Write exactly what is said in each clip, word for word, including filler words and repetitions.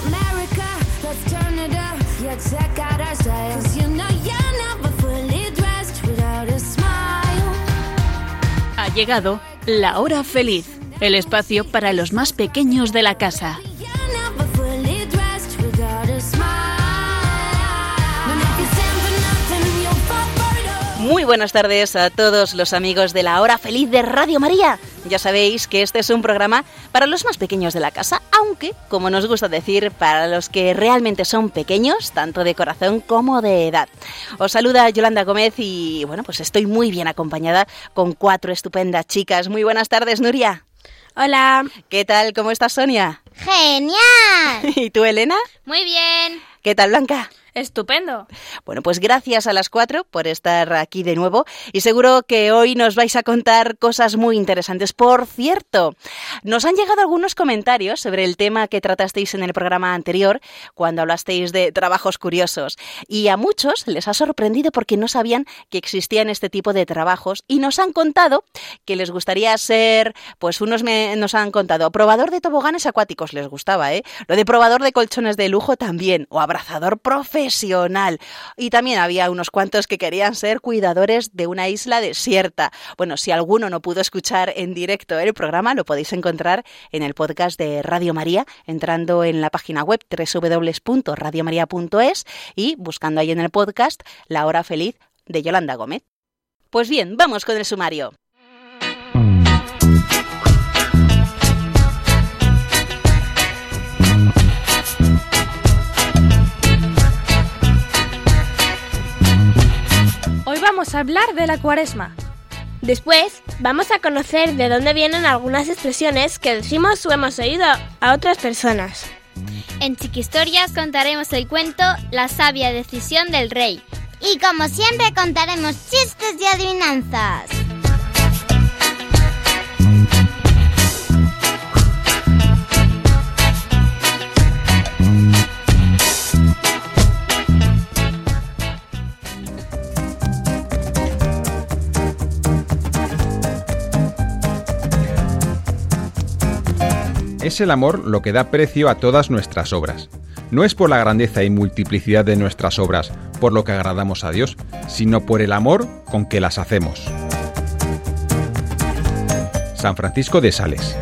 Ha llegado la hora feliz, el espacio para los más pequeños de la casa. Muy buenas tardes a todos los amigos de la Hora Feliz de Radio María. Ya sabéis que este es un programa para los más pequeños de la casa, aunque, como nos gusta decir, para los que realmente son pequeños, tanto de corazón como de edad. Os saluda Yolanda Gómez y, bueno, pues estoy muy bien acompañada con cuatro estupendas chicas. Muy buenas tardes, Nuria. Hola. ¿Qué tal? ¿Cómo estás, Sonia? ¡Genial! ¿Y tú, Elena? Muy bien. ¿Qué tal, Blanca? Estupendo. Bueno, pues gracias a las cuatro por estar aquí de nuevo y seguro que hoy nos vais a contar cosas muy interesantes. Por cierto, nos han llegado algunos comentarios sobre el tema que tratasteis en el programa anterior cuando hablasteis de trabajos curiosos y a muchos les ha sorprendido porque no sabían que existían este tipo de trabajos y nos han contado que les gustaría ser, pues unos me, nos han contado, probador de toboganes acuáticos, les gustaba, ¿eh? Lo de probador de colchones de lujo también, o abrazador profesional. Y también había unos cuantos que querían ser cuidadores de una isla desierta. Bueno, si alguno no pudo escuchar en directo el programa, lo podéis encontrar en el podcast de Radio María, entrando en la página web doble u doble u doble u punto radio maría punto es y buscando ahí en el podcast La Hora Feliz de Yolanda Gómez. Pues bien, vamos con el sumario. Hoy vamos a hablar de la Cuaresma. Después vamos a conocer de dónde vienen algunas expresiones que decimos o hemos oído a otras personas. En Chiquistorias contaremos el cuento La sabia decisión del rey. Y como siempre contaremos chistes y adivinanzas. Es el amor lo que da precio a todas nuestras obras. No es por la grandeza y multiplicidad de nuestras obras por lo que agradamos a Dios, sino por el amor con que las hacemos. San Francisco de Sales.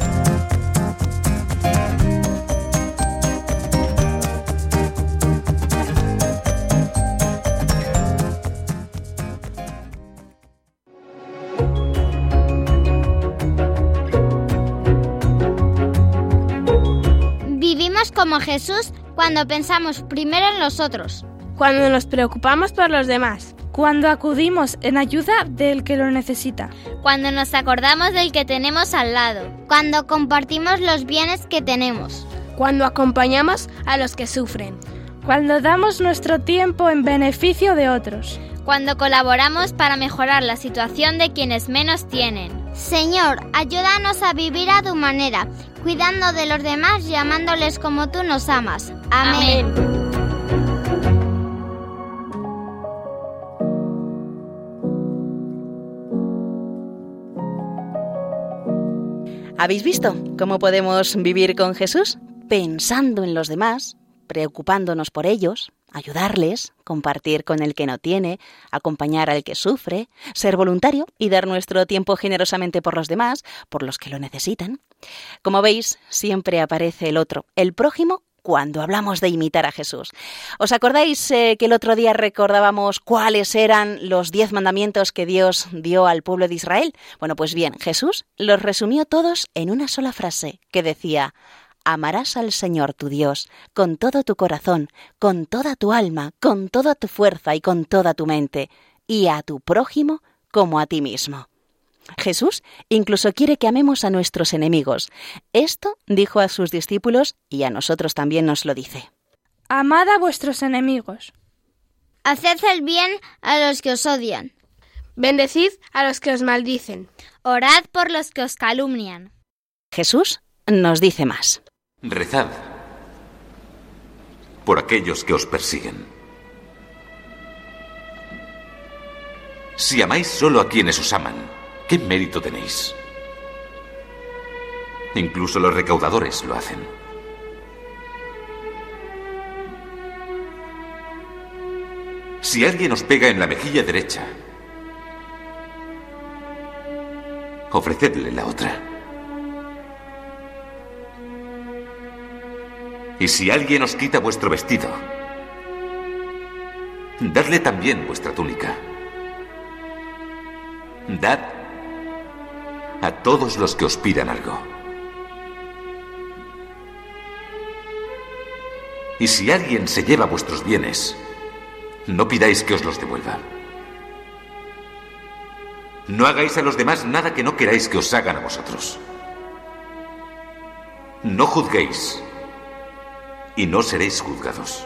Como Jesús cuando pensamos primero en los otros. Cuando nos preocupamos por los demás. Cuando acudimos en ayuda del que lo necesita. Cuando nos acordamos del que tenemos al lado. Cuando compartimos los bienes que tenemos. Cuando acompañamos a los que sufren. Cuando damos nuestro tiempo en beneficio de otros. Cuando colaboramos para mejorar la situación de quienes menos tienen. Señor, ayúdanos a vivir a tu manera, cuidando de los demás y amándoles como tú nos amas. Amén. Amén. ¿Habéis visto cómo podemos vivir con Jesús? Pensando en los demás, preocupándonos por ellos, ayudarles, compartir con el que no tiene, acompañar al que sufre, ser voluntario y dar nuestro tiempo generosamente por los demás, por los que lo necesitan. Como veis, siempre aparece el otro, el prójimo, cuando hablamos de imitar a Jesús. ¿Os acordáis eh, que el otro día recordábamos cuáles eran los diez mandamientos que Dios dio al pueblo de Israel? Bueno, pues bien, Jesús los resumió todos en una sola frase que decía: amarás al Señor tu Dios con todo tu corazón, con toda tu alma, con toda tu fuerza y con toda tu mente, y a tu prójimo como a ti mismo. Jesús incluso quiere que amemos a nuestros enemigos. Esto dijo a sus discípulos y a nosotros también nos lo dice. Amad a vuestros enemigos. Haced el bien a los que os odian. Bendecid a los que os maldicen. Orad por los que os calumnian. Jesús nos dice más. Rezad por aquellos que os persiguen. Si amáis solo a quienes os aman, ¿qué mérito tenéis? Incluso los recaudadores lo hacen. Si alguien os pega en la mejilla derecha, ofrecedle la otra. Y si alguien os quita vuestro vestido, dadle también vuestra túnica. Dad a todos los que os pidan algo. Y si alguien se lleva vuestros bienes, no pidáis que os los devuelva. No hagáis a los demás nada que no queráis que os hagan a vosotros. No juzguéis y no seréis juzgados.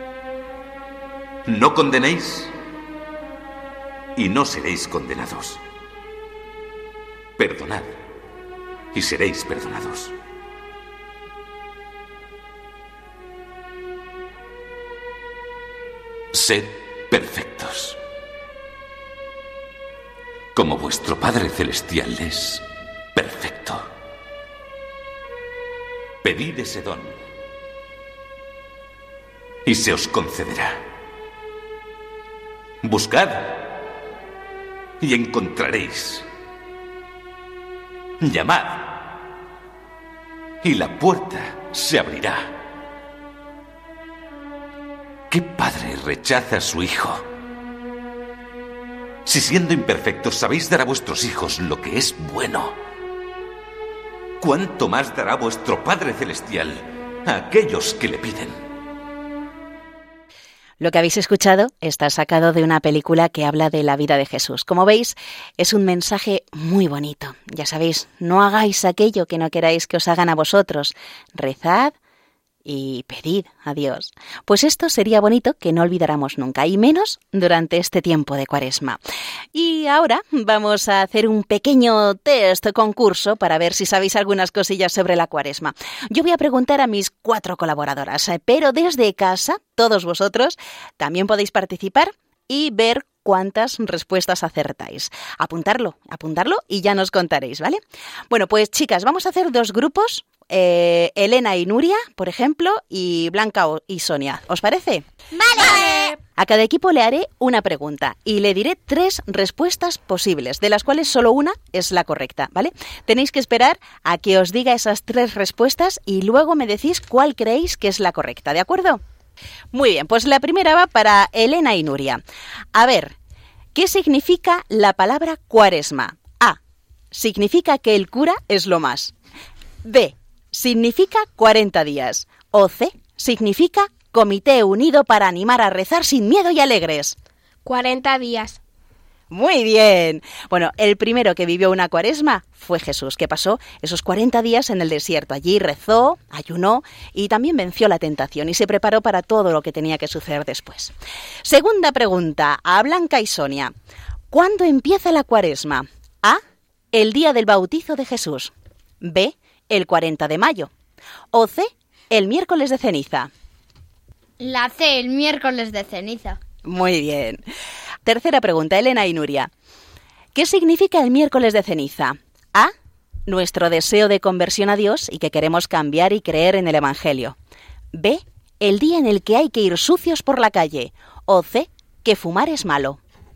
No condenéis y no seréis condenados. Perdonad y seréis perdonados. Sed perfectos, como vuestro Padre Celestial es perfecto. Pedid ese don y se os concederá. Buscad y encontraréis. Llamad y la puerta se abrirá. ¿Qué padre rechaza a su hijo? Si siendo imperfectos sabéis dar a vuestros hijos lo que es bueno, ¿cuánto más dará vuestro Padre Celestial a aquellos que le piden? Lo que habéis escuchado está sacado de una película que habla de la vida de Jesús. Como veis, es un mensaje muy bonito. Ya sabéis, no hagáis aquello que no queráis que os hagan a vosotros. Rezad y pedid a Dios. Pues esto sería bonito que no olvidáramos nunca, y menos durante este tiempo de Cuaresma. Y ahora vamos a hacer un pequeño test concurso para ver si sabéis algunas cosillas sobre la Cuaresma. Yo voy a preguntar a mis cuatro colaboradoras, pero desde casa, todos vosotros, también podéis participar y ver cuántas respuestas acertáis. Apuntarlo, apuntarlo y ya nos contaréis, ¿vale? Bueno, pues chicas, vamos a hacer dos grupos. Eh, Elena y Nuria, por ejemplo, y Blanca y Sonia. ¿Os parece? ¡Vale! A cada equipo le haré una pregunta y le diré tres respuestas posibles, de las cuales solo una es la correcta, ¿vale? Tenéis que esperar a que os diga esas tres respuestas y luego me decís cuál creéis que es la correcta, ¿de acuerdo? Muy bien, pues la primera va para Elena y Nuria. A ver, ¿qué significa la palabra Cuaresma? A. Significa que el cura es lo más. B. Significa cuarenta días. O C. Significa comité unido para animar a rezar sin miedo y alegres. cuarenta días. Muy bien. Bueno, el primero que vivió una cuaresma fue Jesús, que pasó esos cuarenta días en el desierto. Allí rezó, ayunó y también venció la tentación y se preparó para todo lo que tenía que suceder después. Segunda pregunta a Blanca y Sonia. ¿Cuándo empieza la cuaresma? A. El día del bautizo de Jesús. B. El cuarenta de mayo. O C. El miércoles de ceniza. La C, el miércoles de ceniza. Muy bien. Tercera pregunta, Elena y Nuria. ¿Qué significa el miércoles de ceniza? A. Nuestro deseo de conversión a Dios y que queremos cambiar y creer en el Evangelio. B. El día en el que hay que ir sucios por la calle. O C. Que fumar es malo.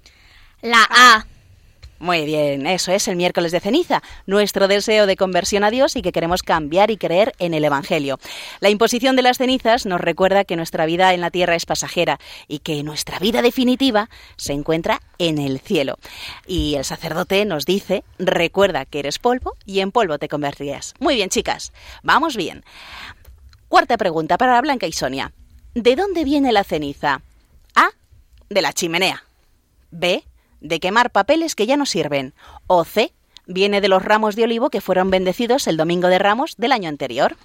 La A. Muy bien, eso es el miércoles de ceniza, nuestro deseo de conversión a Dios y que queremos cambiar y creer en el Evangelio. La imposición de las cenizas nos recuerda que nuestra vida en la tierra es pasajera y que nuestra vida definitiva se encuentra en el cielo. Y el sacerdote nos dice, recuerda que eres polvo y en polvo te convertirás. Muy bien, chicas, vamos bien. Cuarta pregunta para Blanca y Sonia. ¿De dónde viene la ceniza? A. De la chimenea. B. De quemar papeles que ya no sirven. O C. Viene de los ramos de olivo que fueron bendecidos el domingo de Ramos del año anterior.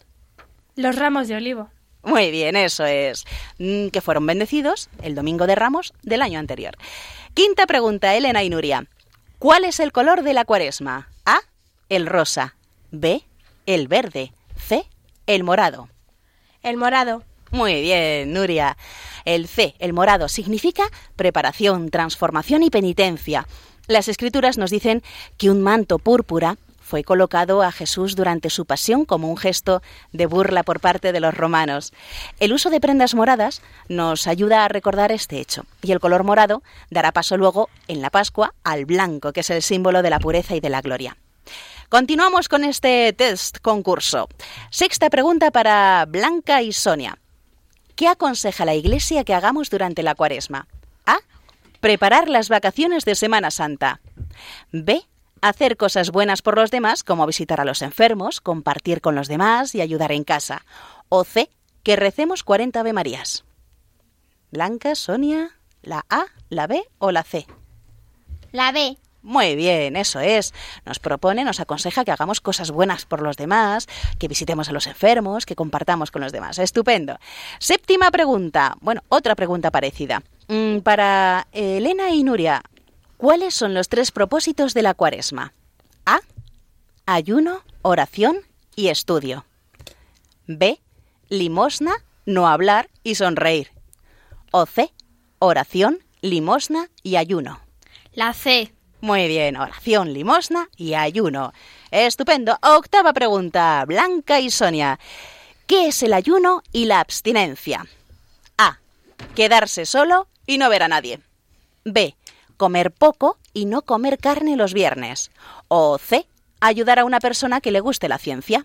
Los ramos de olivo. Muy bien, eso es. Que fueron bendecidos el domingo de Ramos del año anterior. Quinta pregunta, Elena y Nuria. ¿Cuál es el color de la cuaresma? A. El rosa. B. El verde. C. El morado. El morado. Muy bien, Nuria. El C, el morado, significa preparación, transformación y penitencia. Las Escrituras nos dicen que un manto púrpura fue colocado a Jesús durante su pasión como un gesto de burla por parte de los romanos. El uso de prendas moradas nos ayuda a recordar este hecho, y el color morado dará paso luego, en la Pascua, al blanco, que es el símbolo de la pureza y de la gloria. Continuamos con este test concurso. Sexta pregunta para Blanca y Sonia. ¿Qué aconseja la Iglesia que hagamos durante la Cuaresma? A. Preparar las vacaciones de Semana Santa. B. Hacer cosas buenas por los demás, como visitar a los enfermos, compartir con los demás y ayudar en casa. O C. Que recemos cuarenta Ave Marías. Blanca, Sonia, ¿la A, la B o la C? La B. Muy bien, eso es. Nos propone, nos aconseja que hagamos cosas buenas por los demás, que visitemos a los enfermos, que compartamos con los demás. Estupendo. Séptima pregunta. Bueno, otra pregunta parecida. Mm, para Elena y Nuria, ¿cuáles son los tres propósitos de la Cuaresma? A. Ayuno, oración y estudio. B. Limosna, no hablar y sonreír. O C. Oración, limosna y ayuno. La C. Muy bien, oración, limosna y ayuno. Estupendo. Octava pregunta, Blanca y Sonia. ¿Qué es el ayuno y la abstinencia? A. Quedarse solo y no ver a nadie. B. Comer poco y no comer carne los viernes. O C. Ayudar a una persona que le guste la ciencia.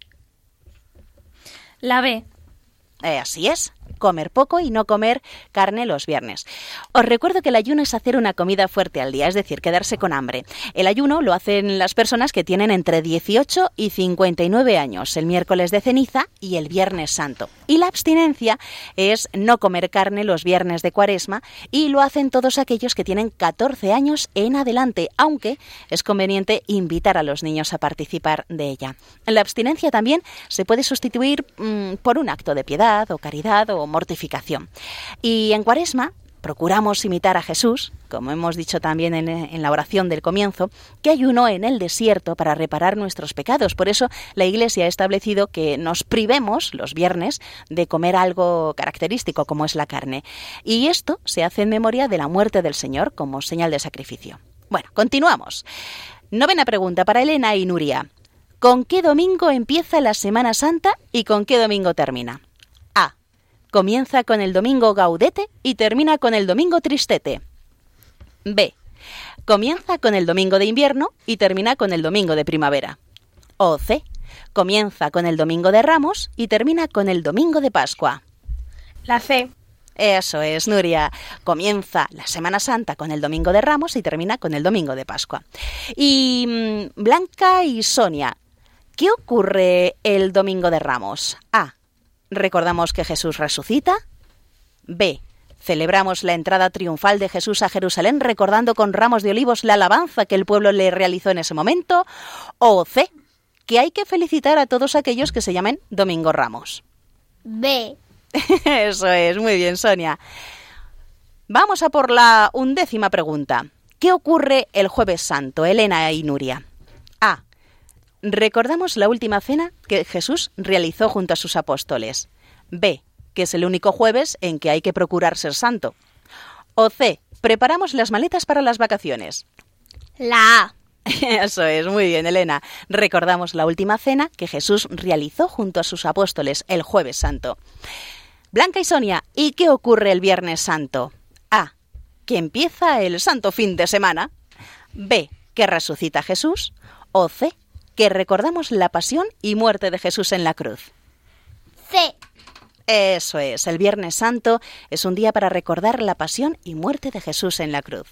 La B. Eh, así es. Comer poco y no comer carne los viernes. Os recuerdo que el ayuno es hacer una comida fuerte al día, es decir, quedarse con hambre. El ayuno lo hacen las personas que tienen entre dieciocho y cincuenta y nueve años, el miércoles de ceniza y el viernes santo. Y la abstinencia es no comer carne los viernes de Cuaresma y lo hacen todos aquellos que tienen catorce años en adelante, aunque es conveniente invitar a los niños a participar de ella. La abstinencia también se puede sustituir mmm, por un acto de piedad o caridad o mortificación. Y en Cuaresma procuramos imitar a Jesús, como hemos dicho también en, en la oración del comienzo, que ayunó en el desierto para reparar nuestros pecados. Por eso la Iglesia ha establecido que nos privemos los viernes de comer algo característico como es la carne. Y esto se hace en memoria de la muerte del Señor como señal de sacrificio. Bueno, continuamos. Novena pregunta para Elena y Nuria. ¿Con qué domingo empieza la Semana Santa y con qué domingo termina? Comienza con el domingo Gaudete y termina con el domingo Tristete. B. Comienza con el domingo de invierno y termina con el domingo de primavera. O C. Comienza con el domingo de Ramos y termina con el domingo de Pascua. La C. Eso es, Nuria. Comienza la Semana Santa con el domingo de Ramos y termina con el domingo de Pascua. Y mmm, Blanca y Sonia, ¿qué ocurre el domingo de Ramos? A. Recordamos que Jesús resucita. B. Celebramos la entrada triunfal de Jesús a Jerusalén recordando con ramos de olivos la alabanza que el pueblo le realizó en ese momento. O C. Que hay que felicitar a todos aquellos que se llamen Domingo Ramos. B. Eso es, muy bien, Sonia. Vamos a por la undécima pregunta. ¿Qué ocurre el Jueves Santo, Elena y Nuria? A. Recordamos la última cena que Jesús realizó junto a sus apóstoles. B. Que es el único jueves en que hay que procurar ser santo. O C. Preparamos las maletas para las vacaciones. La A. Eso es, muy bien, Elena. Recordamos la última cena que Jesús realizó junto a sus apóstoles el Jueves Santo. Blanca y Sonia, ¿y qué ocurre el Viernes Santo? A. Que empieza el santo fin de semana. B. Que resucita Jesús. O C. Que recordamos la pasión y muerte de Jesús en la cruz. C. Eso es, el Viernes Santo es un día para recordar la pasión y muerte de Jesús en la cruz.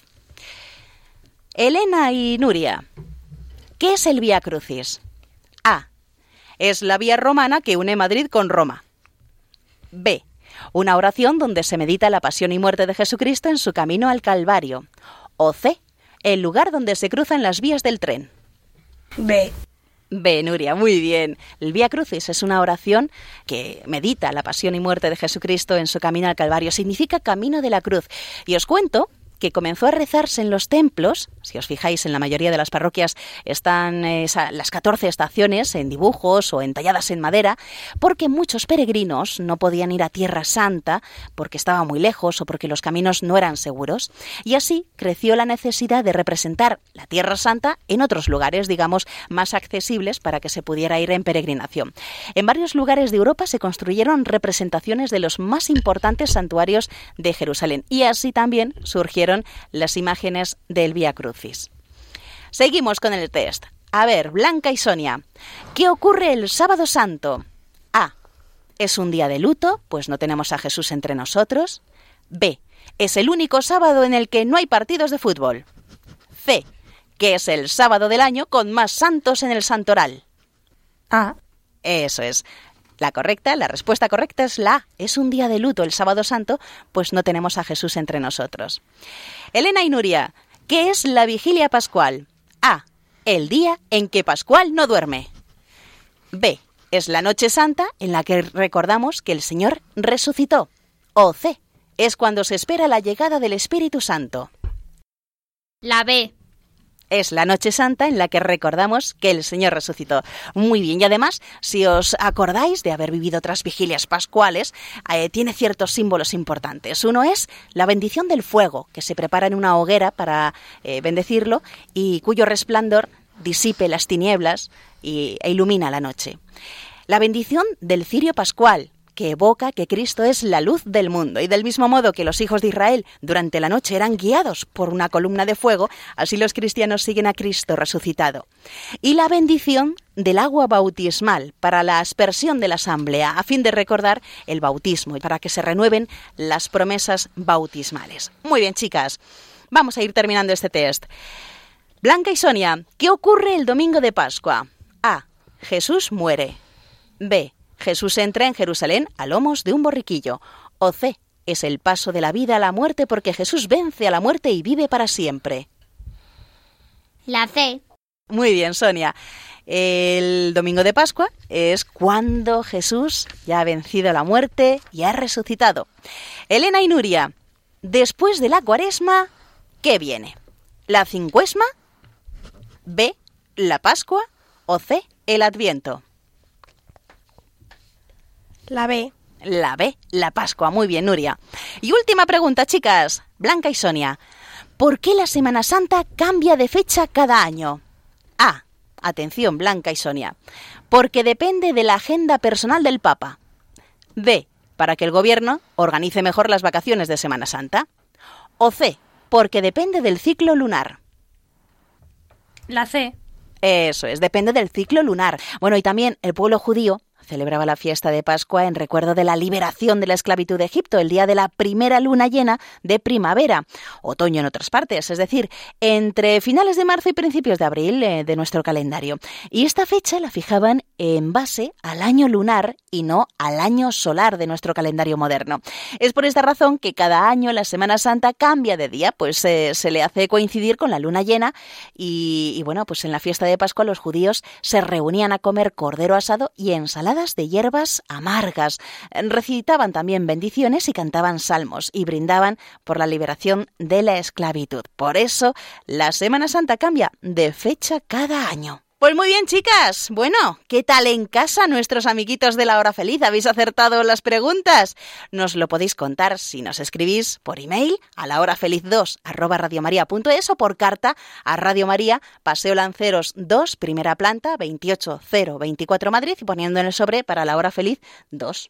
Elena y Nuria, ¿qué es el Vía Crucis? A. Es la vía romana que une Madrid con Roma. B. Una oración donde se medita la pasión y muerte de Jesucristo en su camino al Calvario. O C. El lugar donde se cruzan las vías del tren. B. B, Nuria, muy bien. El Vía Crucis es una oración que medita la pasión y muerte de Jesucristo en su camino al Calvario. Significa camino de la cruz. Y os cuento que comenzó a rezarse en los templos. Si os fijáis, en la mayoría de las parroquias están eh, las catorce estaciones en dibujos o entalladas en madera, porque muchos peregrinos no podían ir a Tierra Santa porque estaba muy lejos o porque los caminos no eran seguros. Y así creció la necesidad de representar la Tierra Santa en otros lugares, digamos, más accesibles para que se pudiera ir en peregrinación. En varios lugares de Europa se construyeron representaciones de los más importantes santuarios de Jerusalén y así también surgieron las imágenes del Vía Crucis. Seguimos con el test. A ver, Blanca y Sonia, ¿qué ocurre el Sábado Santo? A. ¿Es un día de luto, pues no tenemos a Jesús entre nosotros? B. ¿Es el único sábado en el que no hay partidos de fútbol? C. ¿Que es el sábado del año con más santos en el santoral? A. Eso es. La correcta, la respuesta correcta es la A. Es un día de luto el Sábado Santo, pues no tenemos a Jesús entre nosotros. Elena y Nuria, ¿qué es la vigilia pascual? A. El día en que Pascual no duerme. B. Es la Noche Santa en la que recordamos que el Señor resucitó. O C. Es cuando se espera la llegada del Espíritu Santo. La B. Es la Noche Santa en la que recordamos que el Señor resucitó. Muy bien, y además, si os acordáis de haber vivido otras vigilias pascuales, eh, tiene ciertos símbolos importantes. Uno es la bendición del fuego, que se prepara en una hoguera para eh, bendecirlo y cuyo resplandor disipe las tinieblas y, e ilumina la noche. La bendición del cirio pascual, que evoca que Cristo es la luz del mundo, y del mismo modo que los hijos de Israel durante la noche eran guiados por una columna de fuego, así los cristianos siguen a Cristo resucitado. Y la bendición del agua bautismal para la aspersión de la asamblea, a fin de recordar el bautismo y para que se renueven las promesas bautismales. Muy bien, chicas, vamos a ir terminando este test. Blanca y Sonia, ¿qué ocurre el domingo de Pascua? A. Jesús muere. B. Jesús entra en Jerusalén a lomos de un borriquillo. O C. Es el paso de la vida a la muerte porque Jesús vence a la muerte y vive para siempre. La C. Muy bien, Sonia. El domingo de Pascua es cuando Jesús ya ha vencido a la muerte y ha resucitado. Elena y Nuria, después de la Cuaresma, ¿qué viene? ¿La Cincuesma? B. ¿La Pascua? O C. El Adviento. La B. La B, la Pascua. Muy bien, Nuria. Y última pregunta, chicas. Blanca y Sonia. ¿Por qué la Semana Santa cambia de fecha cada año? A. Atención, Blanca y Sonia. Porque depende de la agenda personal del Papa. B. Para que el gobierno organice mejor las vacaciones de Semana Santa. O C. Porque depende del ciclo lunar. La C. Eso es, depende del ciclo lunar. Bueno, y también el pueblo judío celebraba la fiesta de Pascua en recuerdo de la liberación de la esclavitud de Egipto, el día de la primera luna llena de primavera, otoño en otras partes, es decir, entre finales de marzo y principios de abril eh, de nuestro calendario. Y esta fecha la fijaban en base al año lunar y no al año solar de nuestro calendario moderno. Es por esta razón que cada año la Semana Santa cambia de día, pues eh, se le hace coincidir con la luna llena y, y bueno, pues en la fiesta de Pascua los judíos se reunían a comer cordero asado y ensalada de hierbas amargas. Recitaban también bendiciones y cantaban salmos y brindaban por la liberación de la esclavitud. Por eso, la Semana Santa cambia de fecha cada año. Pues muy bien, chicas. Bueno, ¿qué tal en casa nuestros amiguitos de La Hora Feliz? ¿Habéis acertado las preguntas? Nos lo podéis contar si nos escribís por email a lahorafeliz dos arroba radiomaria.es o por carta a Radio María, Paseo Lanceros dos, primera planta, veintiocho cero veinticuatro Madrid, y poniendo en el sobre para La Hora Feliz dos.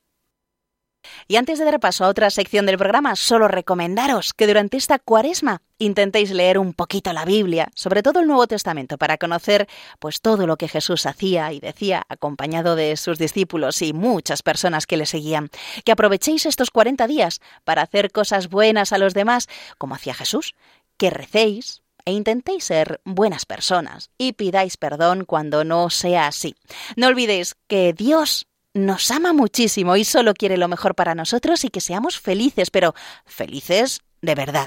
Y antes de dar paso a otra sección del programa, solo recomendaros que durante esta Cuaresma intentéis leer un poquito la Biblia, sobre todo el Nuevo Testamento, para conocer pues todo lo que Jesús hacía y decía, acompañado de sus discípulos y muchas personas que le seguían. Que aprovechéis estos cuarenta días para hacer cosas buenas a los demás, como hacía Jesús, que recéis e intentéis ser buenas personas y pidáis perdón cuando no sea así. No olvidéis que Dios nos ama muchísimo y solo quiere lo mejor para nosotros y que seamos felices, pero felices de verdad.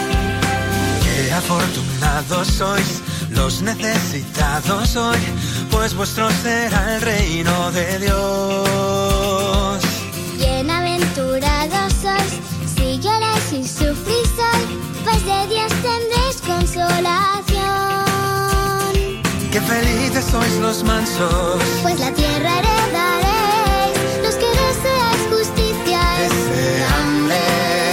Qué afortunados sois los necesitados hoy, pues vuestro será el reino de Dios. Bienaventurados sois, si lloráis y sufrís hoy, pues de Dios tendréis consolación. Qué felices sois los mansos, pues la tierra heredaréis. Los que deseáis justicia, ese hambre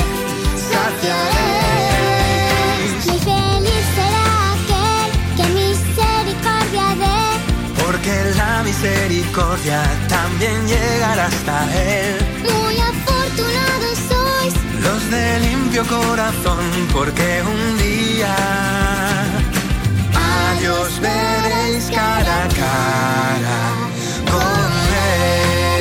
saciaréis. Muy feliz será aquel que misericordia dé, porque la misericordia también llegará hasta él. Muy afortunados sois los de limpio corazón, porque un día a Dios veréis cara a cara con él.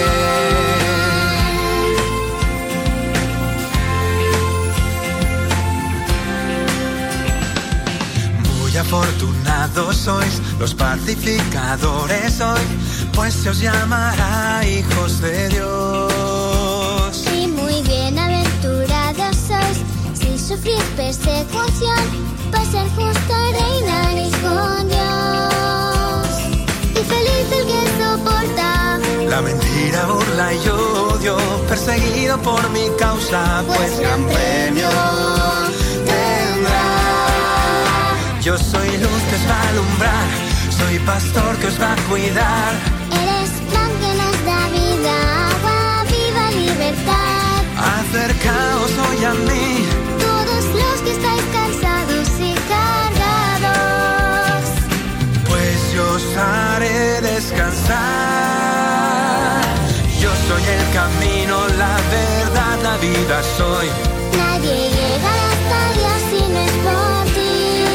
Muy afortunados sois los pacificadores hoy, pues se os llamará hijos de Dios. Y muy bienaventurados sois si sufrís persecución, pues ser justo reinaréis con Dios. Y feliz el que soporta la mentira, burla y odio, perseguido por mi causa, pues, pues gran premio tendrá. Yo soy luz que os va a alumbrar, soy pastor que os va a cuidar. Eres pan que nos da vida, agua viva, libertad. Acercaos hoy a mí, todos los que estáis cansados y cargados, pues yo os haré descansar. Yo soy el camino, la verdad, la vida soy. Nadie llegará hasta Dios si no es por ti.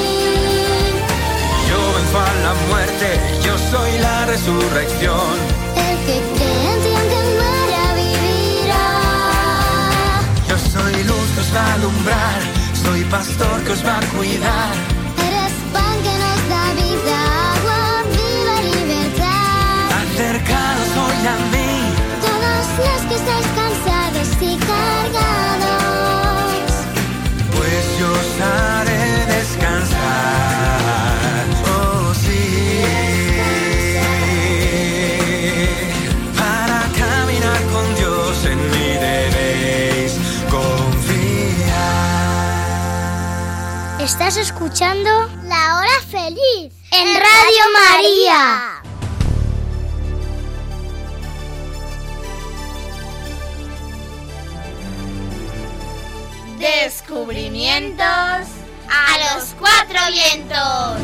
Yo venzo a la muerte, yo soy la resurrección. El que cree en ti aunque muera vivirá. Yo soy luz que os va a alumbrar, soy pastor que os va a cuidar. Eres pan que nos da vida, agua viva, libertad. Acercaos hoy a mí, todos los que estáis cansados y cargados, pues yo os haré descansar. Oh sí, para caminar con Dios en mí debéis confiar. Estás escuchando La Hora Feliz en Radio María. Descubrimientos a los cuatro vientos.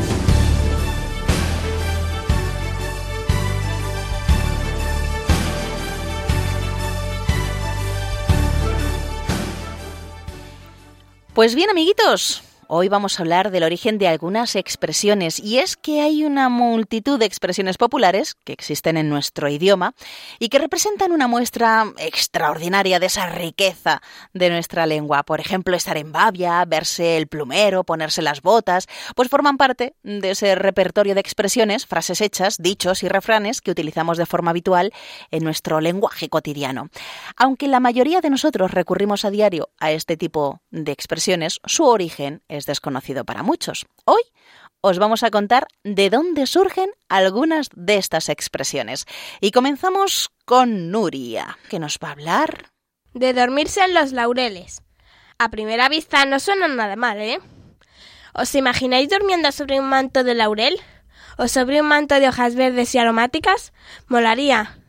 Pues bien, amiguitos, hoy vamos a hablar del origen de algunas expresiones, y es que hay una multitud de expresiones populares que existen en nuestro idioma y que representan una muestra extraordinaria de esa riqueza de nuestra lengua. Por ejemplo, estar en babia, verse el plumero, ponerse las botas, pues forman parte de ese repertorio de expresiones, frases hechas, dichos y refranes que utilizamos de forma habitual en nuestro lenguaje cotidiano. Aunque la mayoría de nosotros recurrimos a diario a este tipo de expresiones, su origen es desconocido para muchos. Hoy os vamos a contar de dónde surgen algunas de estas expresiones. Y comenzamos con Nuria, que nos va a hablar de dormirse en los laureles. A primera vista no suena nada mal, ¿eh? ¿Os imagináis durmiendo sobre un manto de laurel? ¿O sobre un manto de hojas verdes y aromáticas? Molaría.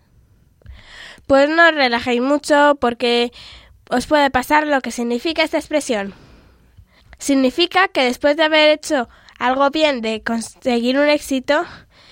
Pues no os relajéis mucho porque os puede pasar lo que significa esta expresión. Significa que después de haber hecho algo bien, de conseguir un éxito,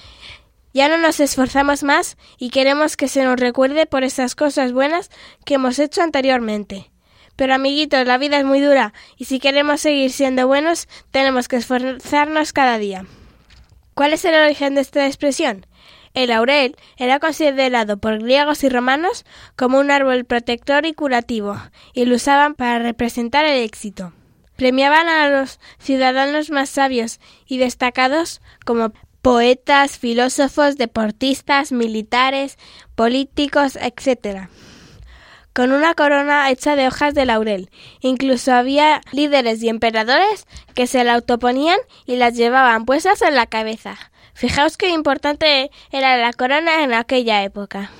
ya no nos esforzamos más y queremos que se nos recuerde por esas cosas buenas que hemos hecho anteriormente. Pero amiguitos, la vida es muy dura y si queremos seguir siendo buenos, tenemos que esforzarnos cada día. ¿Cuál es el origen de esta expresión? El laurel era considerado por griegos y romanos como un árbol protector y curativo, y lo usaban para representar el éxito. Premiaban a los ciudadanos más sabios y destacados como poetas, filósofos, deportistas, militares, políticos, etcétera, con una corona hecha de hojas de laurel. Incluso había líderes y emperadores que se la autoponían y las llevaban puestas en la cabeza. Fijaos qué importante era la corona en aquella época.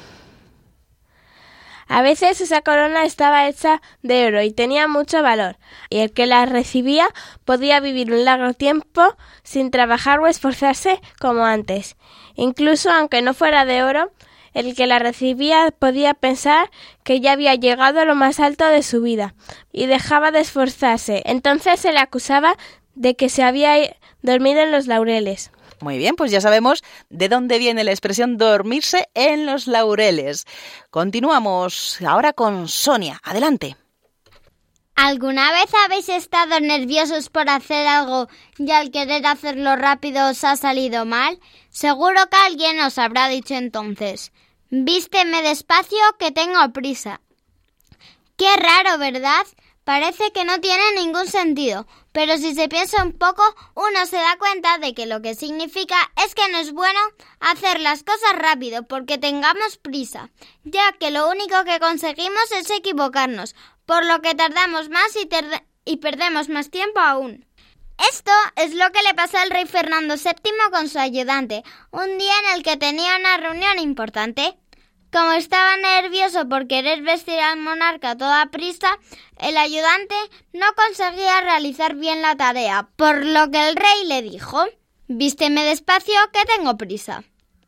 A veces esa corona estaba hecha de oro y tenía mucho valor, y el que la recibía podía vivir un largo tiempo sin trabajar o esforzarse como antes. Incluso aunque no fuera de oro, el que la recibía podía pensar que ya había llegado a lo más alto de su vida y dejaba de esforzarse. Entonces se le acusaba de que se había dormido en los laureles. Muy bien, pues ya sabemos de dónde viene la expresión dormirse en los laureles. Continuamos ahora con Sonia. Adelante. ¿Alguna vez habéis estado nerviosos por hacer algo y al querer hacerlo rápido os ha salido mal? Seguro que alguien os habrá dicho entonces: vísteme despacio que tengo prisa. Qué raro, ¿verdad? Parece que no tiene ningún sentido, pero si se piensa un poco, uno se da cuenta de que lo que significa es que no es bueno hacer las cosas rápido porque tengamos prisa, ya que lo único que conseguimos es equivocarnos, por lo que tardamos más y, ter- y perdemos más tiempo aún. Esto es lo que le pasó al rey Fernando séptimo con su ayudante, un día en el que tenía una reunión importante. Como estaba nervioso por querer vestir al monarca a toda prisa, el ayudante no conseguía realizar bien la tarea, por lo que el rey le dijo: vísteme despacio que tengo prisa.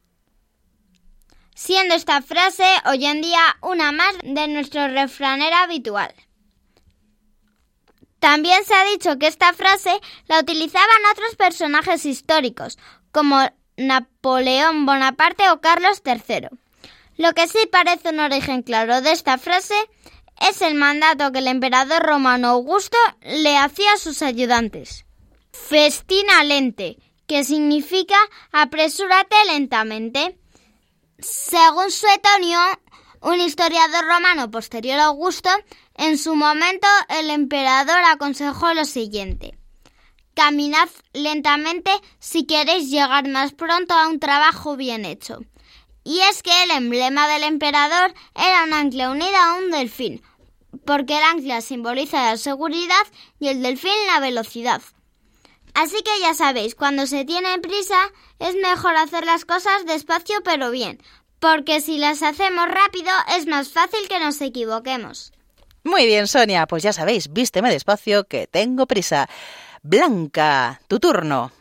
Siendo esta frase hoy en día una más de nuestro refranero habitual. También se ha dicho que esta frase la utilizaban otros personajes históricos, como Napoleón Bonaparte o Carlos tercero. Lo que sí parece un origen claro de esta frase es el mandato que el emperador romano Augusto le hacía a sus ayudantes. Festina lente, que significa apresúrate lentamente. Según Suetonio, un historiador romano posterior a Augusto, en su momento el emperador aconsejó lo siguiente: caminad lentamente si queréis llegar más pronto a un trabajo bien hecho. Y es que el emblema del emperador era un ancla unida a un delfín, porque el ancla simboliza la seguridad y el delfín la velocidad. Así que ya sabéis, cuando se tiene prisa es mejor hacer las cosas despacio pero bien, porque si las hacemos rápido es más fácil que nos equivoquemos. Muy bien, Sonia, pues ya sabéis, vísteme despacio que tengo prisa. Blanca, tu turno.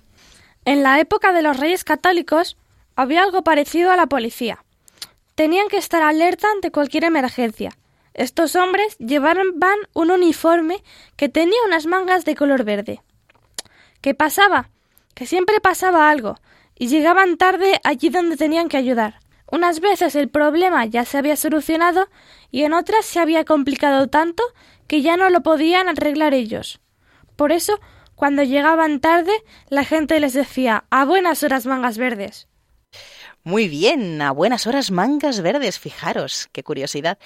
En la época de los Reyes Católicos había algo parecido a la policía. Tenían que estar alerta ante cualquier emergencia. Estos hombres llevaban un uniforme que tenía unas mangas de color verde. ¿Qué pasaba? Que siempre pasaba algo y llegaban tarde allí donde tenían que ayudar. Unas veces el problema ya se había solucionado y en otras se había complicado tanto que ya no lo podían arreglar ellos. Por eso, cuando llegaban tarde, la gente les decía: a buenas horas, mangas verdes. Muy bien, a buenas horas, mangas verdes, fijaros, qué curiosidad.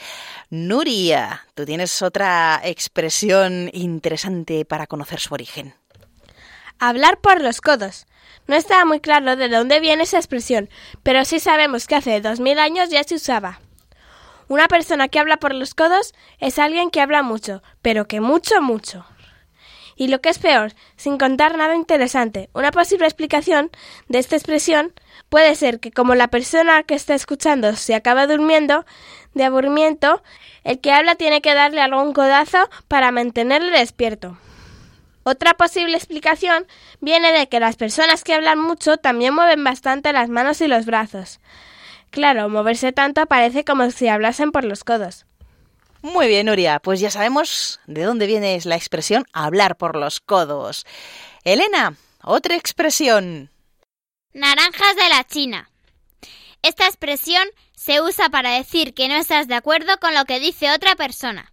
Nuria, tú tienes otra expresión interesante para conocer su origen. Hablar por los codos. No estaba muy claro de dónde viene esa expresión, pero sí sabemos que hace dos mil años ya se usaba. Una persona que habla por los codos es alguien que habla mucho, pero que mucho, mucho. Y lo que es peor, sin contar nada interesante. Una posible explicación de esta expresión puede ser que como la persona que está escuchando se acaba durmiendo de aburrimiento, el que habla tiene que darle algún codazo para mantenerle despierto. Otra posible explicación viene de que las personas que hablan mucho también mueven bastante las manos y los brazos. Claro, moverse tanto parece como si hablasen por los codos. Muy bien, Nuria, pues ya sabemos de dónde viene la expresión hablar por los codos. Elena, otra expresión. Naranjas de la China. Esta expresión se usa para decir que no estás de acuerdo con lo que dice otra persona.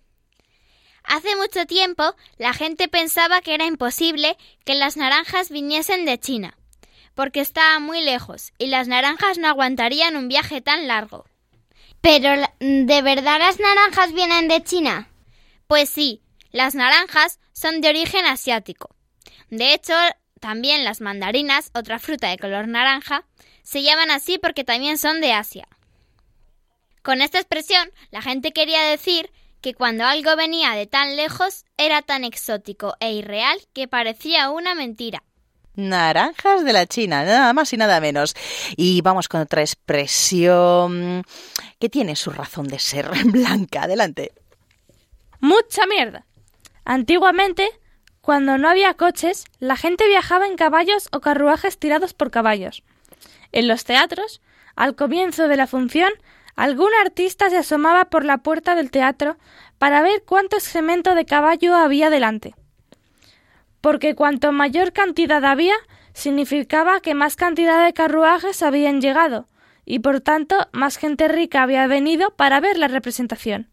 Hace mucho tiempo, la gente pensaba que era imposible que las naranjas viniesen de China, porque estaban muy lejos y las naranjas no aguantarían un viaje tan largo. ¿Pero de verdad las naranjas vienen de China? Pues sí, las naranjas son de origen asiático. De hecho, también las mandarinas, otra fruta de color naranja, se llaman así porque también son de Asia. Con esta expresión, la gente quería decir que cuando algo venía de tan lejos era tan exótico e irreal que parecía una mentira. Naranjas de la China, nada más y nada menos. Y vamos con otra expresión que tiene su razón de ser. Blanca, adelante. Mucha mierda. Antiguamente, cuando no había coches, la gente viajaba en caballos o carruajes tirados por caballos. En los teatros, al comienzo de la función, algún artista se asomaba por la puerta del teatro para ver cuánto excremento de caballo había delante. Porque cuanto mayor cantidad había, significaba que más cantidad de carruajes habían llegado, y por tanto más gente rica había venido para ver la representación.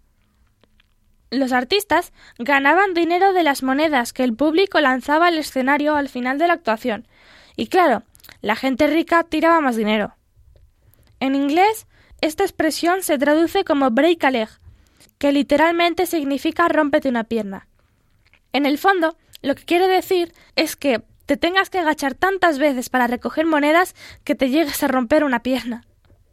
Los artistas ganaban dinero de las monedas que el público lanzaba al escenario al final de la actuación, y claro, la gente rica tiraba más dinero. En inglés, esta expresión se traduce como break a leg, que literalmente significa rómpete una pierna. En el fondo, lo que quiere decir es que te tengas que agachar tantas veces para recoger monedas que te llegues a romper una pierna.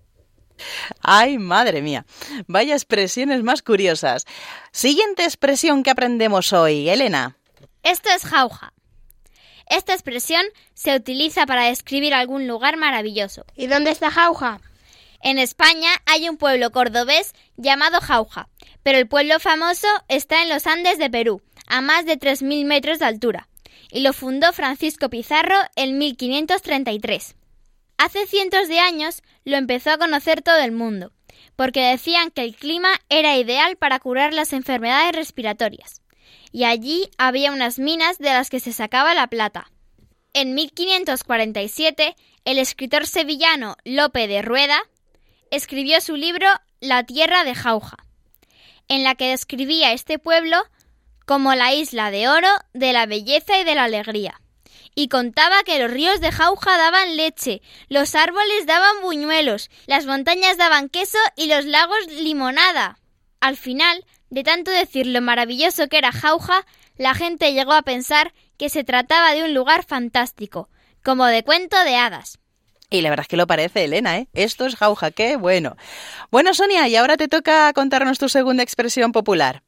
¡Ay, madre mía! Vaya expresiones más curiosas. Siguiente expresión que aprendemos hoy, Elena. Esto es jauja. Esta expresión se utiliza para describir algún lugar maravilloso. ¿Y dónde está Jauja? En España hay un pueblo cordobés llamado Jauja, pero el pueblo famoso está en los Andes de Perú, a más de tres mil metros de altura, y lo fundó Francisco Pizarro en mil quinientos treinta y tres. Hace cientos de años lo empezó a conocer todo el mundo, porque decían que el clima era ideal para curar las enfermedades respiratorias, y allí había unas minas de las que se sacaba la plata. En mil quinientos cuarenta y siete, el escritor sevillano Lope de Rueda escribió su libro La tierra de Jauja, en la que describía este pueblo como la isla de oro, de la belleza y de la alegría. Y contaba que los ríos de Jauja daban leche, los árboles daban buñuelos, las montañas daban queso y los lagos limonada. Al final, de tanto decir lo maravilloso que era Jauja, la gente llegó a pensar que se trataba de un lugar fantástico, como de cuento de hadas. Y la verdad es que lo parece, Elena, ¿eh? Esto es Jauja, qué bueno. Bueno, Sonia, y ahora te toca contarnos tu segunda expresión popular.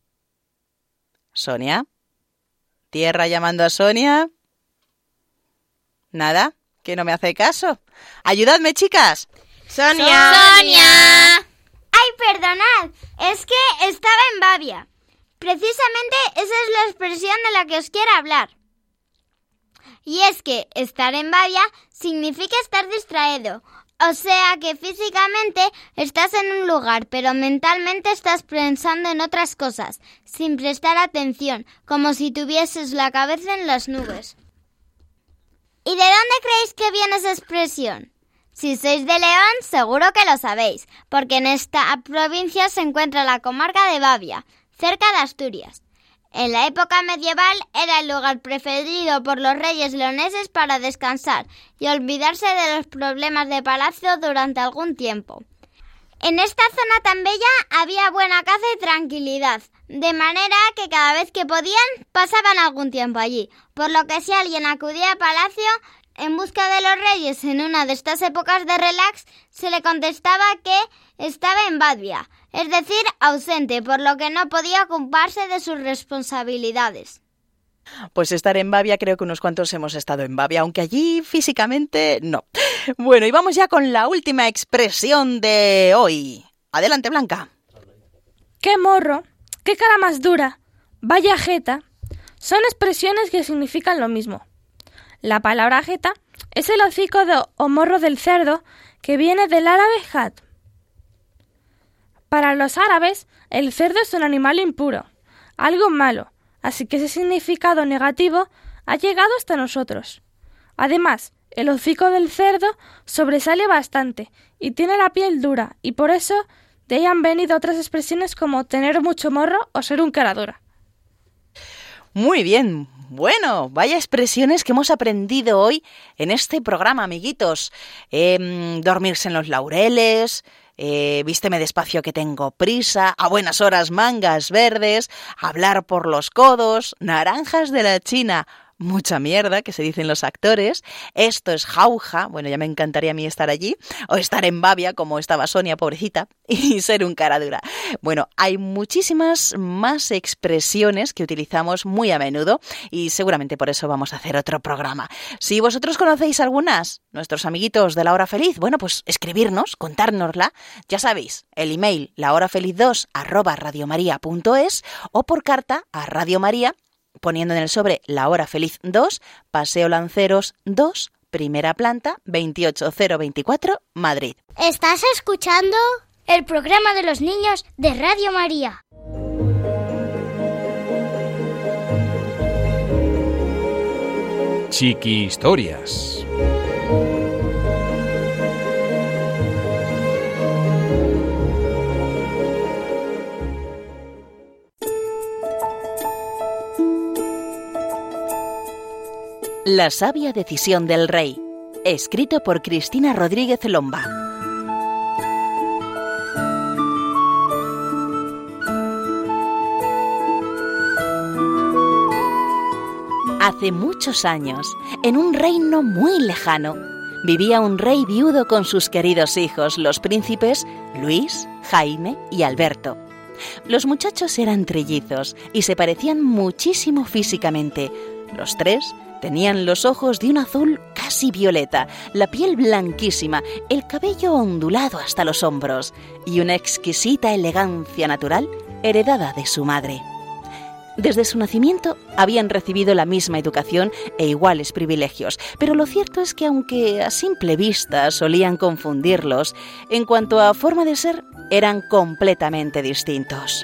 Sonia. ¿Tierra llamando a Sonia? ¿Nada? ¿Que no me hace caso? ¡Ayudadme, chicas! ¡Sonia! ¡Sonia! ¡Ay, perdonad! Es que estaba en Babia. Precisamente esa es la expresión de la que os quiero hablar. Y es que estar en Babia significa estar distraído. O sea que físicamente estás en un lugar, pero mentalmente estás pensando en otras cosas, sin prestar atención, como si tuvieses la cabeza en las nubes. ¿Y de dónde creéis que viene esa expresión? Si sois de León, seguro que lo sabéis, porque en esta provincia se encuentra la comarca de Babia, cerca de Asturias. En la época medieval era el lugar preferido por los reyes leoneses para descansar y olvidarse de los problemas de palacio durante algún tiempo. En esta zona tan bella había buena caza y tranquilidad, de manera que cada vez que podían pasaban algún tiempo allí, por lo que si alguien acudía a palacio en busca de los reyes en una de estas épocas de relax, se le contestaba que estaba en Babia, es decir, ausente, por lo que no podía ocuparse de sus responsabilidades. Pues estar en Babia, creo que unos cuantos hemos estado en Babia, aunque allí físicamente no. Bueno, y vamos ya con la última expresión de hoy. Adelante, Blanca. ¡Qué morro! ¡Qué cara más dura! ¡Vaya jeta! Son expresiones que significan lo mismo. La palabra jeta es el hocico de, o morro del cerdo que viene del árabe hat. Para los árabes, el cerdo es un animal impuro, algo malo, así que ese significado negativo ha llegado hasta nosotros. Además, el hocico del cerdo sobresale bastante y tiene la piel dura, y por eso de ahí han venido otras expresiones como tener mucho morro o ser un cara dura. Muy bien. Bueno, vaya expresiones que hemos aprendido hoy en este programa, amiguitos. Eh, dormirse en los laureles, eh, vísteme despacio que tengo prisa, a buenas horas mangas verdes, hablar por los codos, naranjas de la China, mucha mierda, que se dicen los actores. Esto es jauja, bueno, ya me encantaría a mí estar allí, o estar en Babia, como estaba Sonia, pobrecita, y ser un cara dura. Bueno, hay muchísimas más expresiones que utilizamos muy a menudo y seguramente por eso vamos a hacer otro programa. Si vosotros conocéis algunas, nuestros amiguitos de La Hora Feliz, bueno, pues escribirnos, contárnosla. Ya sabéis, el email lahorafeliz dos arroba radiomaria punto es o por carta a Radio María, poniendo en el sobre La Hora Feliz dos, Paseo Lanceros dos, primera planta, veintiocho cero veinticuatro, Madrid. ¿Estás escuchando? El programa de los niños de Radio María. Chiqui Historias. La sabia decisión del rey, escrito por Cristina Rodríguez Lomba. Hace muchos años, en un reino muy lejano, vivía un rey viudo con sus queridos hijos, los príncipes Luis, Jaime y Alberto. Los muchachos eran trellizos y se parecían muchísimo físicamente. Los tres tenían los ojos de un azul casi violeta, la piel blanquísima, el cabello ondulado hasta los hombros y una exquisita elegancia natural heredada de su madre. Desde su nacimiento habían recibido la misma educación e iguales privilegios, pero lo cierto es que aunque a simple vista solían confundirlos, en cuanto a forma de ser, eran completamente distintos.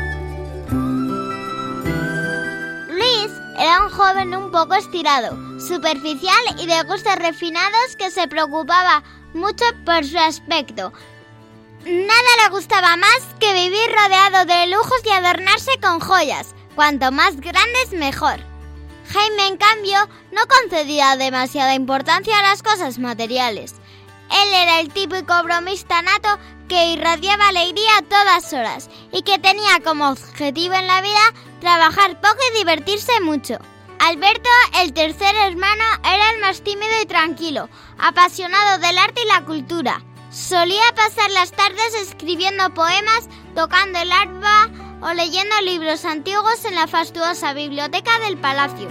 Luis era un joven un poco estirado, superficial y de gustos refinados que se preocupaba mucho por su aspecto. Nada le gustaba más que vivir rodeado de lujos y adornarse con joyas. Cuanto más grandes, mejor. Jaime, en cambio, no concedía demasiada importancia a las cosas materiales. Él era el típico bromista nato que irradiaba alegría a todas horas y que tenía como objetivo en la vida trabajar poco y divertirse mucho. Alberto, el tercer hermano, era el más tímido y tranquilo, apasionado del arte y la cultura. Solía pasar las tardes escribiendo poemas, tocando el arpa o leyendo libros antiguos en la fastuosa biblioteca del palacio.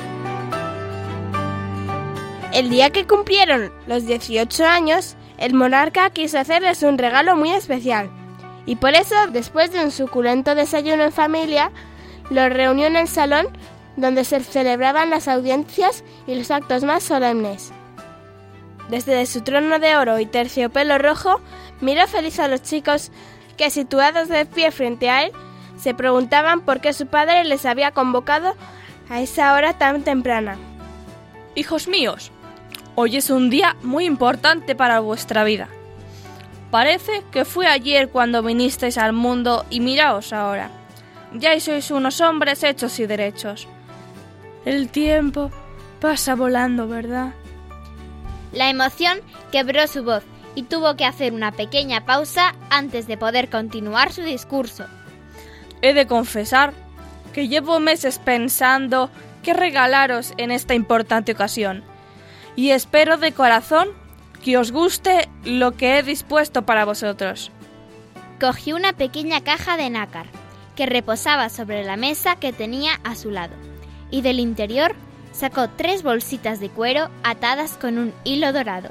El día que cumplieron los dieciocho años, el monarca quiso hacerles un regalo muy especial. Y por eso, después de un suculento desayuno en familia, los reunió en el salón donde se celebraban las audiencias y los actos más solemnes. Desde su trono de oro y terciopelo rojo, miró feliz a los chicos que, situados de pie frente a él, se preguntaban por qué su padre les había convocado a esa hora tan temprana. Hijos míos, hoy es un día muy importante para vuestra vida. Parece que fue ayer cuando vinisteis al mundo y miraos ahora. Ya sois unos hombres hechos y derechos. El tiempo pasa volando, ¿verdad? La emoción quebró su voz y tuvo que hacer una pequeña pausa antes de poder continuar su discurso. He de confesar que llevo meses pensando qué regalaros en esta importante ocasión y espero de corazón que os guste lo que he dispuesto para vosotros. Cogió una pequeña caja de nácar que reposaba sobre la mesa que tenía a su lado y del interior sacó tres bolsitas de cuero atadas con un hilo dorado.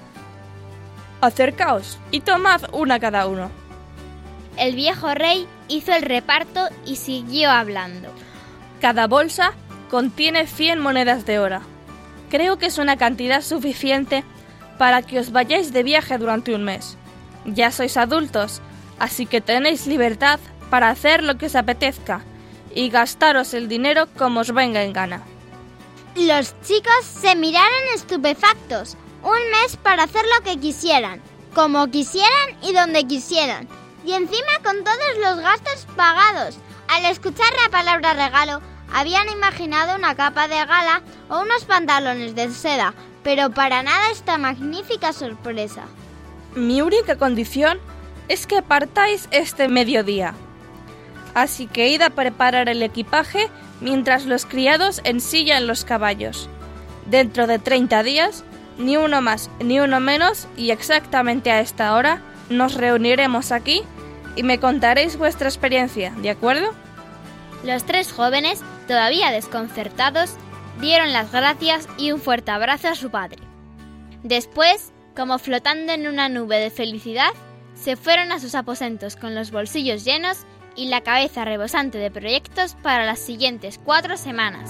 Acercaos y tomad una cada uno. El viejo rey hizo el reparto y siguió hablando. Cada bolsa contiene cien monedas de oro. Creo que es una cantidad suficiente para que os vayáis de viaje durante un mes. Ya sois adultos, así que tenéis libertad para hacer lo que os apetezca y gastaros el dinero como os venga en gana. Los chicos se miraron estupefactos. Un mes para hacer lo que quisieran, como quisieran y donde quisieran. Y encima con todos los gastos pagados. Al escuchar la palabra regalo, habían imaginado una capa de gala o unos pantalones de seda, pero para nada esta magnífica sorpresa. Mi única condición es que partáis este mediodía. Así que id a preparar el equipaje mientras los criados ensillan los caballos. Dentro de treinta días, ni uno más ni uno menos, y exactamente a esta hora, nos reuniremos aquí y me contaréis vuestra experiencia, ¿de acuerdo? Los tres jóvenes, todavía desconcertados, dieron las gracias y un fuerte abrazo a su padre. Después, como flotando en una nube de felicidad, se fueron a sus aposentos con los bolsillos llenos y la cabeza rebosante de proyectos para las siguientes cuatro semanas.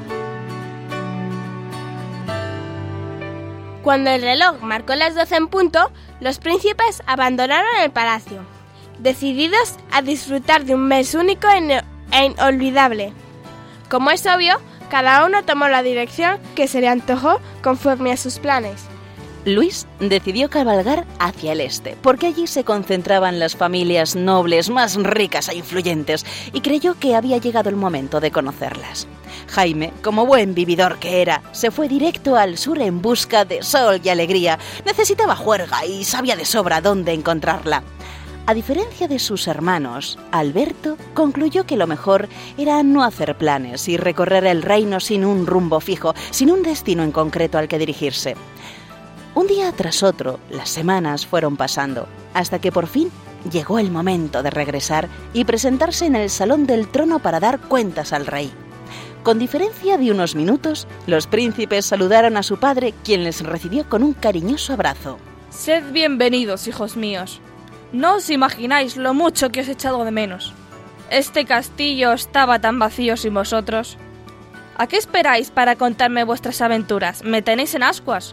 Cuando el reloj marcó las doce en punto, los príncipes abandonaron el palacio, decididos a disfrutar de un mes único e inolvidable. Como es obvio, cada uno tomó la dirección que se le antojó conforme a sus planes. Luis decidió cabalgar hacia el este, porque allí se concentraban las familias nobles más ricas e influyentes, y creyó que había llegado el momento de conocerlas. Jaime, como buen vividor que era, se fue directo al sur en busca de sol y alegría. Necesitaba juerga y sabía de sobra dónde encontrarla. A diferencia de sus hermanos, Alberto concluyó que lo mejor era no hacer planes y recorrer el reino sin un rumbo fijo, sin un destino en concreto al que dirigirse. Un día tras otro, las semanas fueron pasando, hasta que por fin llegó el momento de regresar y presentarse en el salón del trono para dar cuentas al rey. Con diferencia de unos minutos, los príncipes saludaron a su padre, quien les recibió con un cariñoso abrazo. Sed bienvenidos, hijos míos. No os imagináis lo mucho que os he echado de menos. Este castillo estaba tan vacío sin vosotros. ¿A qué esperáis para contarme vuestras aventuras? ¿Me tenéis en ascuas?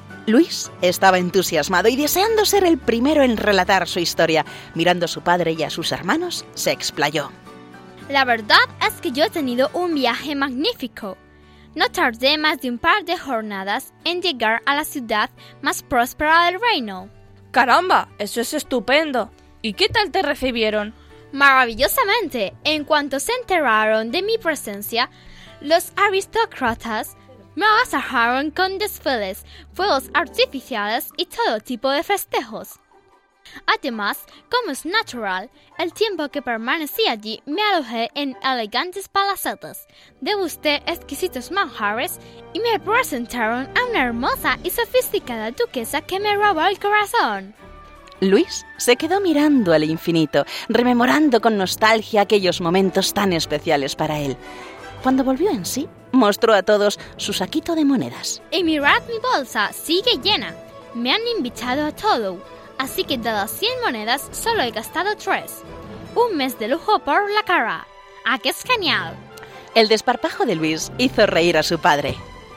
Luis estaba entusiasmado y deseando ser el primero en relatar su historia. Mirando a su padre y a sus hermanos, se explayó. La verdad es que yo he tenido un viaje magnífico. No tardé más de un par de jornadas en llegar a la ciudad más próspera del reino. ¡Caramba! Eso es estupendo. ¿Y qué tal te recibieron? Maravillosamente. En cuanto se enteraron de mi presencia, los aristócratas me agasajaron con desfiles, fuegos artificiales y todo tipo de festejos. Además, como es natural, el tiempo que permanecí allí me alojé en elegantes palacetes, degusté exquisitos manjares y me presentaron a una hermosa y sofisticada duquesa que me robó el corazón. Luis se quedó mirando al infinito, rememorando con nostalgia aquellos momentos tan especiales para él. Cuando volvió en sí, mostró a todos su saquito de monedas. Y mirad, mi bolsa sigue llena. Me han invitado a todo, así que de las cien monedas solo he gastado tres. Un mes de lujo por la cara. ¡Ah, que es genial! El desparpajo de Luis hizo reír a su padre.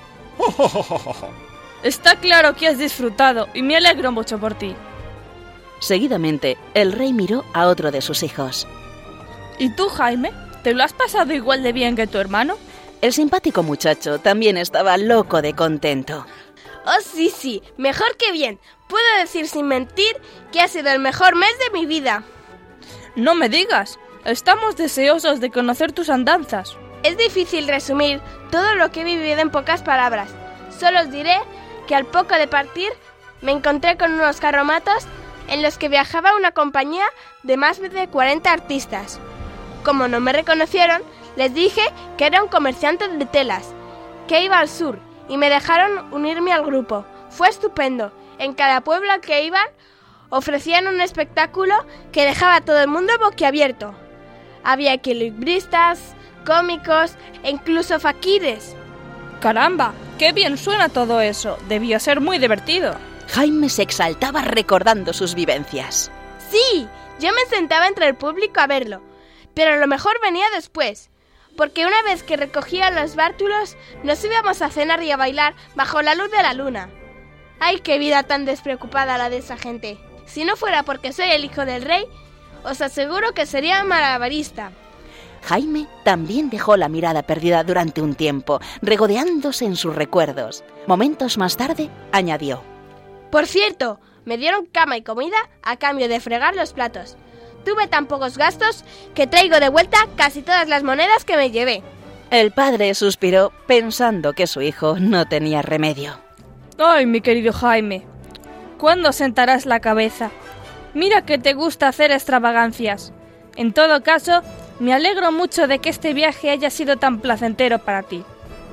Está claro que has disfrutado y me alegro mucho por ti. Seguidamente, el rey miró a otro de sus hijos. ¿Y tú, Jaime? ¿Te lo has pasado igual de bien que tu hermano? El simpático muchacho también estaba loco de contento. Oh, sí, sí, mejor que bien. Puedo decir sin mentir que ha sido el mejor mes de mi vida. No me digas. Estamos deseosos de conocer tus andanzas. Es difícil resumir todo lo que he vivido en pocas palabras. Solo os diré que al poco de partir me encontré con unos carromatos en los que viajaba una compañía de más de cuarenta artistas. Como no me reconocieron, les dije que era un comerciante de telas, que iba al sur, y me dejaron unirme al grupo. Fue estupendo. En cada pueblo al que iban, ofrecían un espectáculo que dejaba a todo el mundo boquiabierto. Había equilibristas, cómicos e incluso faquires. ¡Caramba! ¡Qué bien suena todo eso! Debió ser muy divertido. Jaime se exaltaba recordando sus vivencias. Sí, yo me sentaba entre el público a verlo, pero lo mejor venía después, porque una vez que recogía los bártulos, nos íbamos a cenar y a bailar bajo la luz de la luna. ¡Ay, qué vida tan despreocupada la de esa gente! Si no fuera porque soy el hijo del rey, os aseguro que sería malabarista. Jaime también dejó la mirada perdida durante un tiempo, regodeándose en sus recuerdos. Momentos más tarde, añadió: Por cierto, me dieron cama y comida a cambio de fregar los platos. Tuve tan pocos gastos que traigo de vuelta casi todas las monedas que me llevé. El padre suspiró pensando que su hijo no tenía remedio. Ay, mi querido Jaime, ¿cuándo sentarás la cabeza? Mira que te gusta hacer extravagancias. En todo caso, me alegro mucho de que este viaje haya sido tan placentero para ti.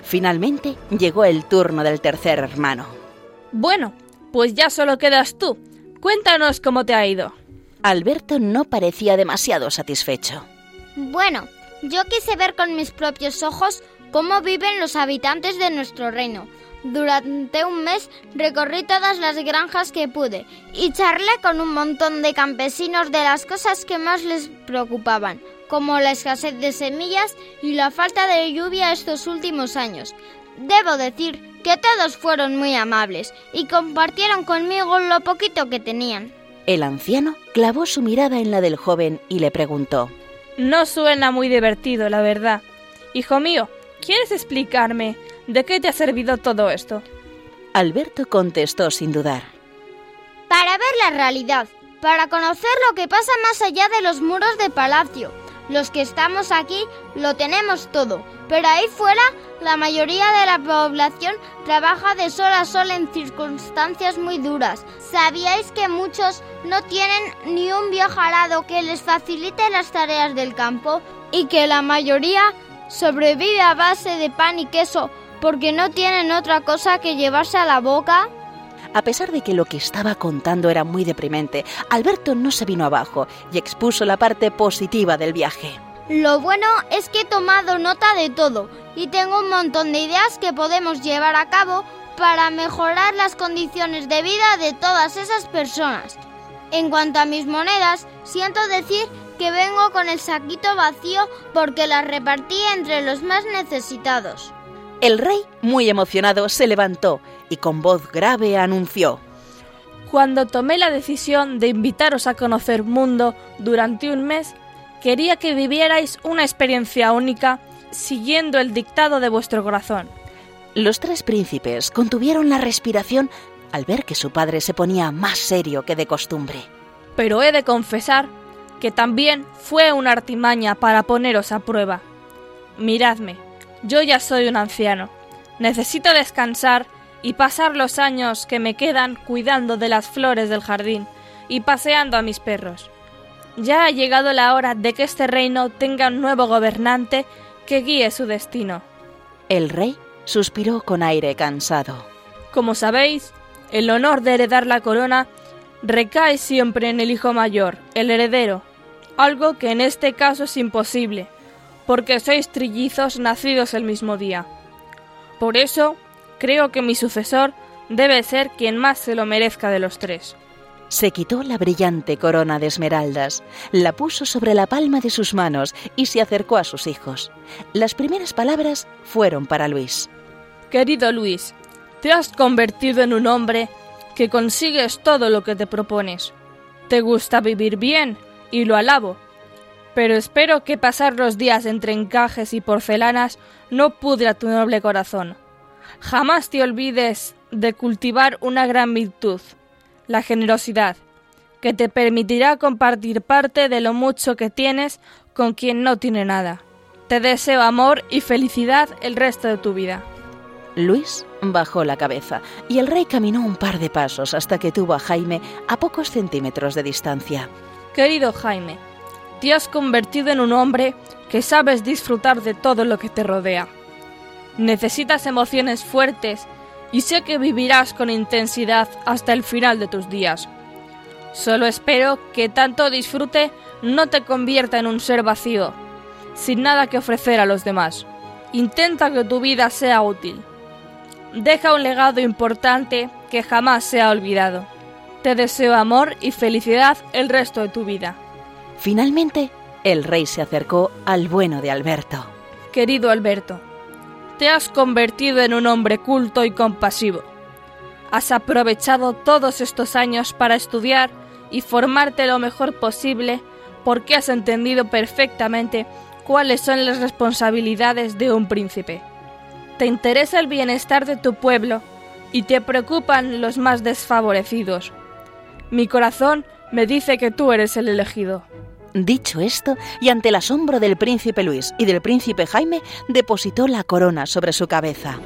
Finalmente llegó el turno del tercer hermano. Bueno, pues ya solo quedas tú. Cuéntanos cómo te ha ido. Alberto no parecía demasiado satisfecho. Bueno, yo quise ver con mis propios ojos cómo viven los habitantes de nuestro reino. Durante un mes recorrí todas las granjas que pude y charlé con un montón de campesinos de las cosas que más les preocupaban, como la escasez de semillas y la falta de lluvia estos últimos años. Debo decir que todos fueron muy amables y compartieron conmigo lo poquito que tenían. El anciano clavó su mirada en la del joven y le preguntó: No suena muy divertido, la verdad. Hijo mío, ¿quieres explicarme de qué te ha servido todo esto? Alberto contestó sin dudar: Para ver la realidad, para conocer lo que pasa más allá de los muros de palacio. Los que estamos aquí lo tenemos todo, pero ahí fuera la mayoría de la población trabaja de sol a sol en circunstancias muy duras. ¿Sabíais que muchos no tienen ni un viejo arado que les facilite las tareas del campo? Y que la mayoría sobrevive a base de pan y queso porque no tienen otra cosa que llevarse a la boca. A pesar de que lo que estaba contando era muy deprimente, Alberto no se vino abajo y expuso la parte positiva del viaje. Lo bueno es que he tomado nota de todo y tengo un montón de ideas que podemos llevar a cabo para mejorar las condiciones de vida de todas esas personas. En cuanto a mis monedas, siento decir que vengo con el saquito vacío porque las repartí entre los más necesitados. El rey, muy emocionado, se levantó y con voz grave anunció: Cuando tomé la decisión de invitaros a conocer mundo durante un mes, quería que vivierais una experiencia única siguiendo el dictado de vuestro corazón. Los tres príncipes contuvieron la respiración al ver que su padre se ponía más serio que de costumbre. Pero he de confesar que también fue una artimaña para poneros a prueba. Miradme, yo ya soy un anciano. Necesito descansar y pasar los años que me quedan cuidando de las flores del jardín y paseando a mis perros. Ya ha llegado la hora de que este reino tenga un nuevo gobernante que guíe su destino. El rey suspiró con aire cansado. Como sabéis, el honor de heredar la corona recae siempre en el hijo mayor, el heredero, algo que en este caso es imposible, porque sois trillizos nacidos el mismo día. Por eso, creo que mi sucesor debe ser quien más se lo merezca de los tres. Se quitó la brillante corona de esmeraldas, la puso sobre la palma de sus manos y se acercó a sus hijos. Las primeras palabras fueron para Luis. Querido Luis, te has convertido en un hombre que consigues todo lo que te propones. Te gusta vivir bien, y lo alabo, pero espero que pasar los días entre encajes y porcelanas no pudra tu noble corazón. Jamás te olvides de cultivar una gran virtud, la generosidad, que te permitirá compartir parte de lo mucho que tienes con quien no tiene nada. Te deseo amor y felicidad el resto de tu vida. Luis bajó la cabeza y el rey caminó un par de pasos hasta que tuvo a Jaime a pocos centímetros de distancia. Querido Jaime, te has convertido en un hombre que sabes disfrutar de todo lo que te rodea. Necesitas emociones fuertes y sé que vivirás con intensidad hasta el final de tus días. Solo espero que tanto disfrute no te convierta en un ser vacío, sin nada que ofrecer a los demás. Intenta que tu vida sea útil. Deja un legado importante que jamás sea olvidado. Te deseo amor y felicidad el resto de tu vida. Finalmente, el rey se acercó al bueno de Alberto. Querido Alberto, te has convertido en un hombre culto y compasivo. Has aprovechado todos estos años para estudiar y formarte lo mejor posible porque has entendido perfectamente cuáles son las responsabilidades de un príncipe. Te interesa el bienestar de tu pueblo y te preocupan los más desfavorecidos. Mi corazón me dice que tú eres el elegido. Dicho esto, y ante el asombro del príncipe Luis y del príncipe Jaime, depositó la corona sobre su cabeza.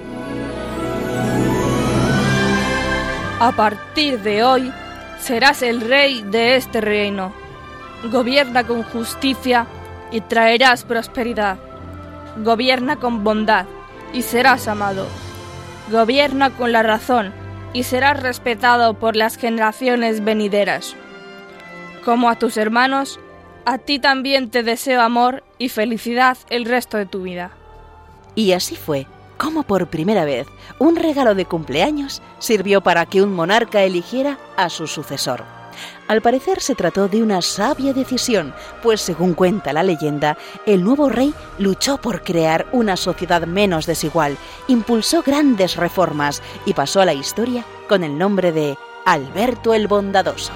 A partir de hoy, serás el rey de este reino. Gobierna con justicia y traerás prosperidad. Gobierna con bondad y serás amado. Gobierna con la razón y serás respetado por las generaciones venideras. Como a tus hermanos, a ti también te deseo amor y felicidad el resto de tu vida. Y así fue como por primera vez un regalo de cumpleaños sirvió para que un monarca eligiera a su sucesor. Al parecer se trató de una sabia decisión, pues según cuenta la leyenda, el nuevo rey luchó por crear una sociedad menos desigual, impulsó grandes reformas y pasó a la historia con el nombre de Alberto el Bondadoso.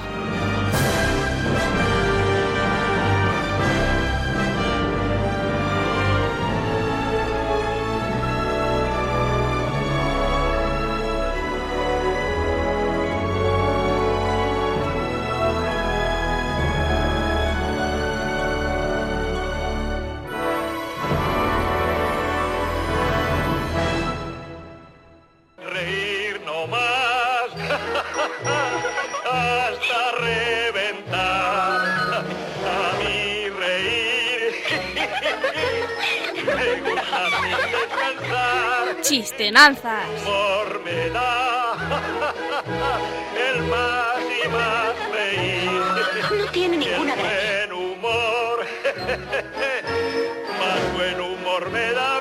¡Chistenanzas! Humor me da el más y más reír. No tiene ninguna gracia. Buen humor, más buen humor me da a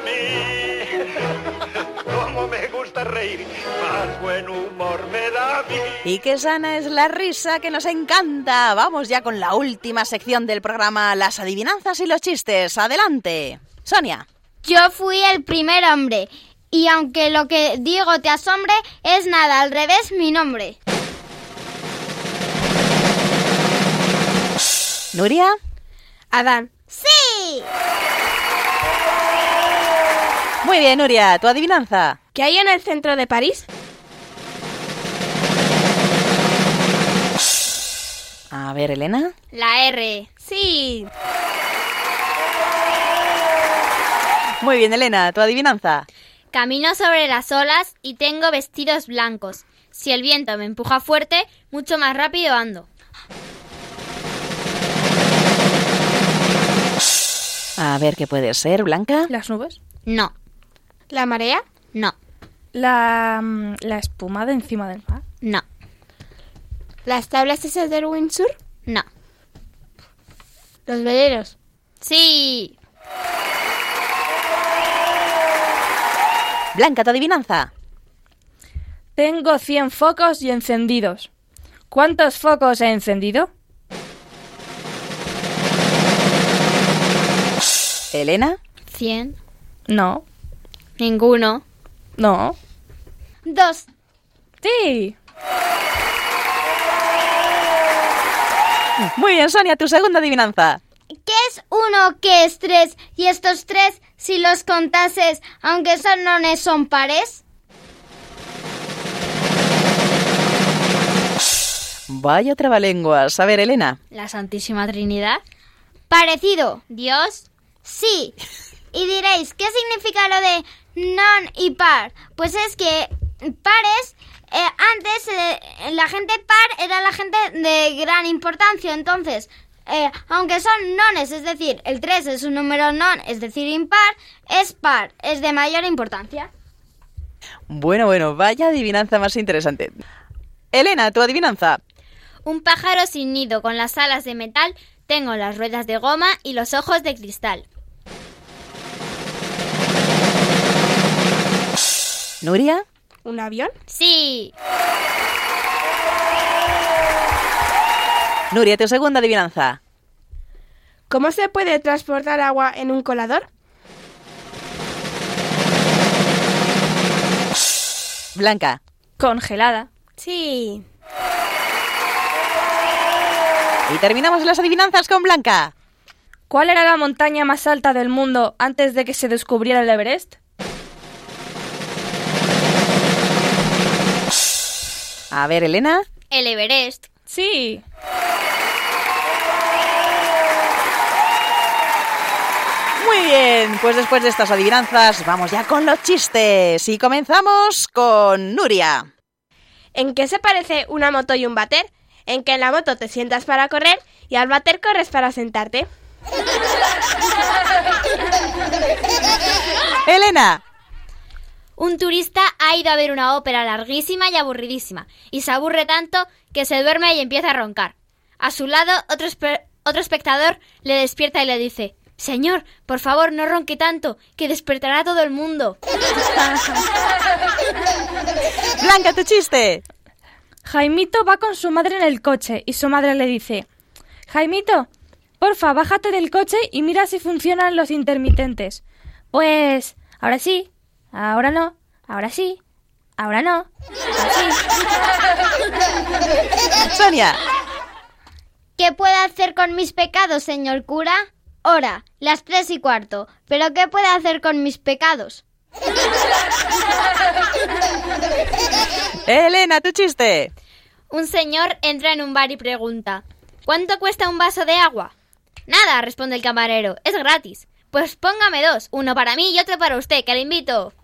mí. Cómo me gusta reír, más buen humor me da a mí. Y qué sana es la risa que nos encanta. Vamos ya con la última sección del programa, las adivinanzas y los chistes. ¡Adelante! Sonia. Yo fui el primer hombre. Y aunque lo que digo te asombre, es nada, al revés mi nombre. ¿Nuria? Adán. ¡Sí! Muy bien, Nuria, ¿tu adivinanza? ¿Qué hay en el centro de París? A ver, Elena. La R. Sí. Muy bien, Elena, ¿tu adivinanza? Camino sobre las olas y tengo vestidos blancos. Si el viento me empuja fuerte, mucho más rápido ando. A ver, ¿qué puede ser, Blanca? ¿Las nubes? No. ¿La marea? No. La, la espuma de encima del mar. No. ¿Las tablas esas del Windsor? No. ¿Los veleros? Sí. Blanca, ¿tu adivinanza? Tengo cien focos y encendidos. ¿Cuántos focos he encendido? ¿Elena? Cien. No. Ninguno. No. Dos. Sí. Muy bien, Sonia, tu segunda adivinanza. ¿Qué es uno, qué es tres? Y estos tres, si los contases, aunque son nones, son pares. Vaya trabalenguas. A ver, Elena. La Santísima Trinidad. Parecido. Dios. Sí. Y diréis, ¿qué significa lo de non y par? Pues es que pares, eh, antes eh, la gente par era la gente de gran importancia, entonces... Eh, aunque son nones, es decir, el tres es un número non, es decir, impar, es par, es de mayor importancia. Bueno, bueno, vaya adivinanza más interesante. Elena, tu adivinanza. Un pájaro sin nido con las alas de metal, tengo las ruedas de goma y los ojos de cristal. ¿Nuria? ¿Un avión? Sí. Nuria, tu segunda adivinanza. ¿Cómo se puede transportar agua en un colador? Blanca. Congelada. Sí. Y terminamos las adivinanzas con Blanca. ¿Cuál era la montaña más alta del mundo antes de que se descubriera el Everest? A ver, Elena. El Everest. Sí. Muy bien, pues después de estas adivinanzas vamos ya con los chistes y comenzamos con Nuria. ¿En qué se parece una moto y un váter? En que en la moto te sientas para correr y al váter corres para sentarte. Elena. Un turista ha ido a ver una ópera larguísima y aburridísima, y se aburre tanto que se duerme y empieza a roncar. A su lado, otro, espe- otro espectador le despierta y le dice: «Señor, por favor, no ronque tanto, que despertará a todo el mundo». Blanca, tu chiste. Jaimito va con su madre en el coche y su madre le dice: «Jaimito, porfa, bájate del coche y mira si funcionan los intermitentes». «Pues, ahora sí, ahora no, ahora sí, ahora no, ahora sí». Sonia. ¿Qué puedo hacer con mis pecados, señor cura? Hora, las tres y cuarto. ¿Pero qué puedo hacer con mis pecados? Elena, tu chiste. Un señor entra en un bar y pregunta: «¿Cuánto cuesta un vaso de agua?». «Nada», responde el camarero, «es gratis». «Pues póngame dos, uno para mí y otro para usted, que le invito».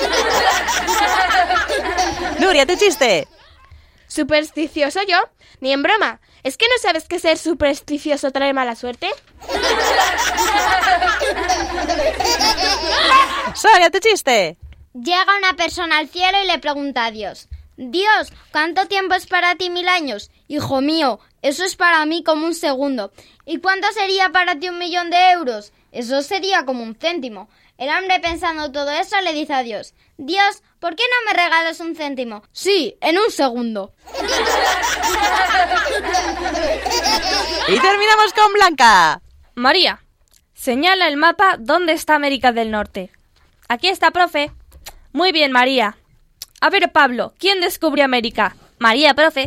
Nuria, tu chiste. ¿Supersticioso yo? Ni en broma. ¿Es que no sabes que ser supersticioso trae mala suerte? Sonia, tu chiste. Llega una persona al cielo y le pregunta a Dios: «Dios, ¿cuánto tiempo es para ti mil años?» «Hijo mío, eso es para mí como un segundo». «¿Y cuánto sería para ti un millón de euros?» «Eso sería como un céntimo». El hombre, pensando todo eso, le dice a Dios: «Dios, ¿por qué no me regalas un céntimo?» «Sí, en un segundo». Y terminamos con Blanca. María, señala el mapa dónde está América del Norte. Aquí está, profe. Muy bien, María. A ver, Pablo, ¿quién descubrió América? María, profe.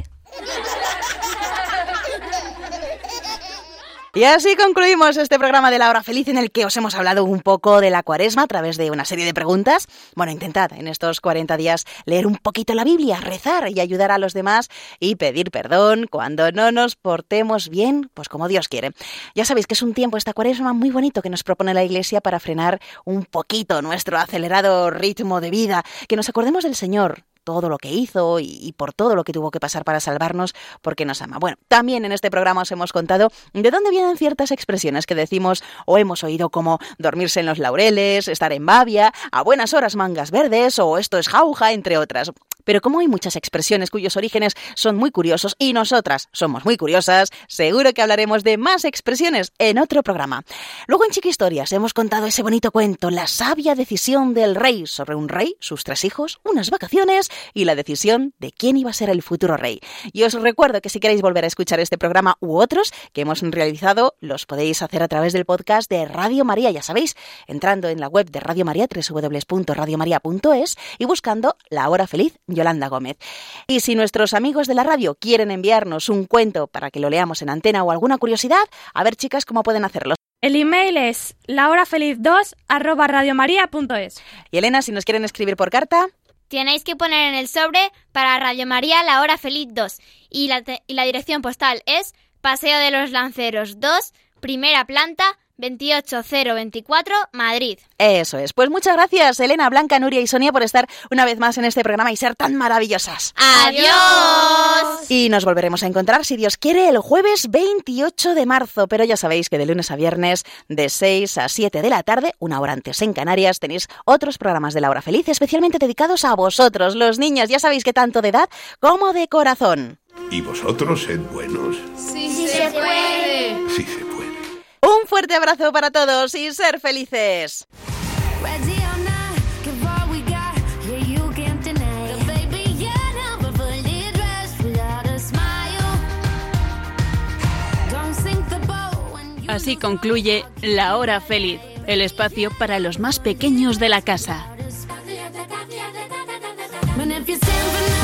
Y así concluimos este programa de La Hora Feliz, en el que os hemos hablado un poco de la Cuaresma a través de una serie de preguntas. Bueno, intentad en estos cuarenta días leer un poquito la Biblia, rezar y ayudar a los demás y pedir perdón cuando no nos portemos bien, pues como Dios quiere. Ya sabéis que es un tiempo, esta Cuaresma, muy bonito que nos propone la Iglesia para frenar un poquito nuestro acelerado ritmo de vida, que nos acordemos del Señor, todo lo que hizo y, y por todo lo que tuvo que pasar para salvarnos, porque nos ama. Bueno, también en este programa os hemos contado de dónde vienen ciertas expresiones que decimos o hemos oído, como dormirse en los laureles, estar en babia, a buenas horas mangas verdes o esto es jauja, entre otras. Pero como hay muchas expresiones cuyos orígenes son muy curiosos y nosotras somos muy curiosas, seguro que hablaremos de más expresiones en otro programa. Luego en Chiqui Historias hemos contado ese bonito cuento, la sabia decisión del rey sobre un rey, sus tres hijos, unas vacaciones y la decisión de quién iba a ser el futuro rey. Y os recuerdo que si queréis volver a escuchar este programa u otros que hemos realizado, los podéis hacer a través del podcast de Radio María, ya sabéis, entrando en la web de Radio María, doble u doble u doble u punto radio maría punto es, y buscando La Hora Feliz, Yolanda Gómez. Y si nuestros amigos de la radio quieren enviarnos un cuento para que lo leamos en antena o alguna curiosidad, a ver, chicas, ¿cómo pueden hacerlo? El email es lahorafeliz dos arroba radiomaria punto es. Y Elena, si nos quieren escribir por carta... Tenéis que poner en el sobre para Radio María La Hora Feliz dos y la, te- y la dirección postal es Paseo de los Lanceros dos, primera planta, veintiocho cero veinticuatro, Madrid. Eso es. Pues muchas gracias, Elena, Blanca, Nuria y Sonia, por estar una vez más en este programa y ser tan maravillosas. ¡Adiós! Y nos volveremos a encontrar, si Dios quiere, el jueves veintiocho de marzo. Pero ya sabéis que de lunes a viernes, de seis a siete de la tarde, una hora antes en Canarias, tenéis otros programas de La Hora Feliz especialmente dedicados a vosotros, los niños. Ya sabéis que tanto de edad como de corazón. ¿Y vosotros sed buenos? Sí, sí se puede. Sí se puede. Un fuerte abrazo para todos y ser felices. Así concluye La Hora Feliz, el espacio para los más pequeños de la casa.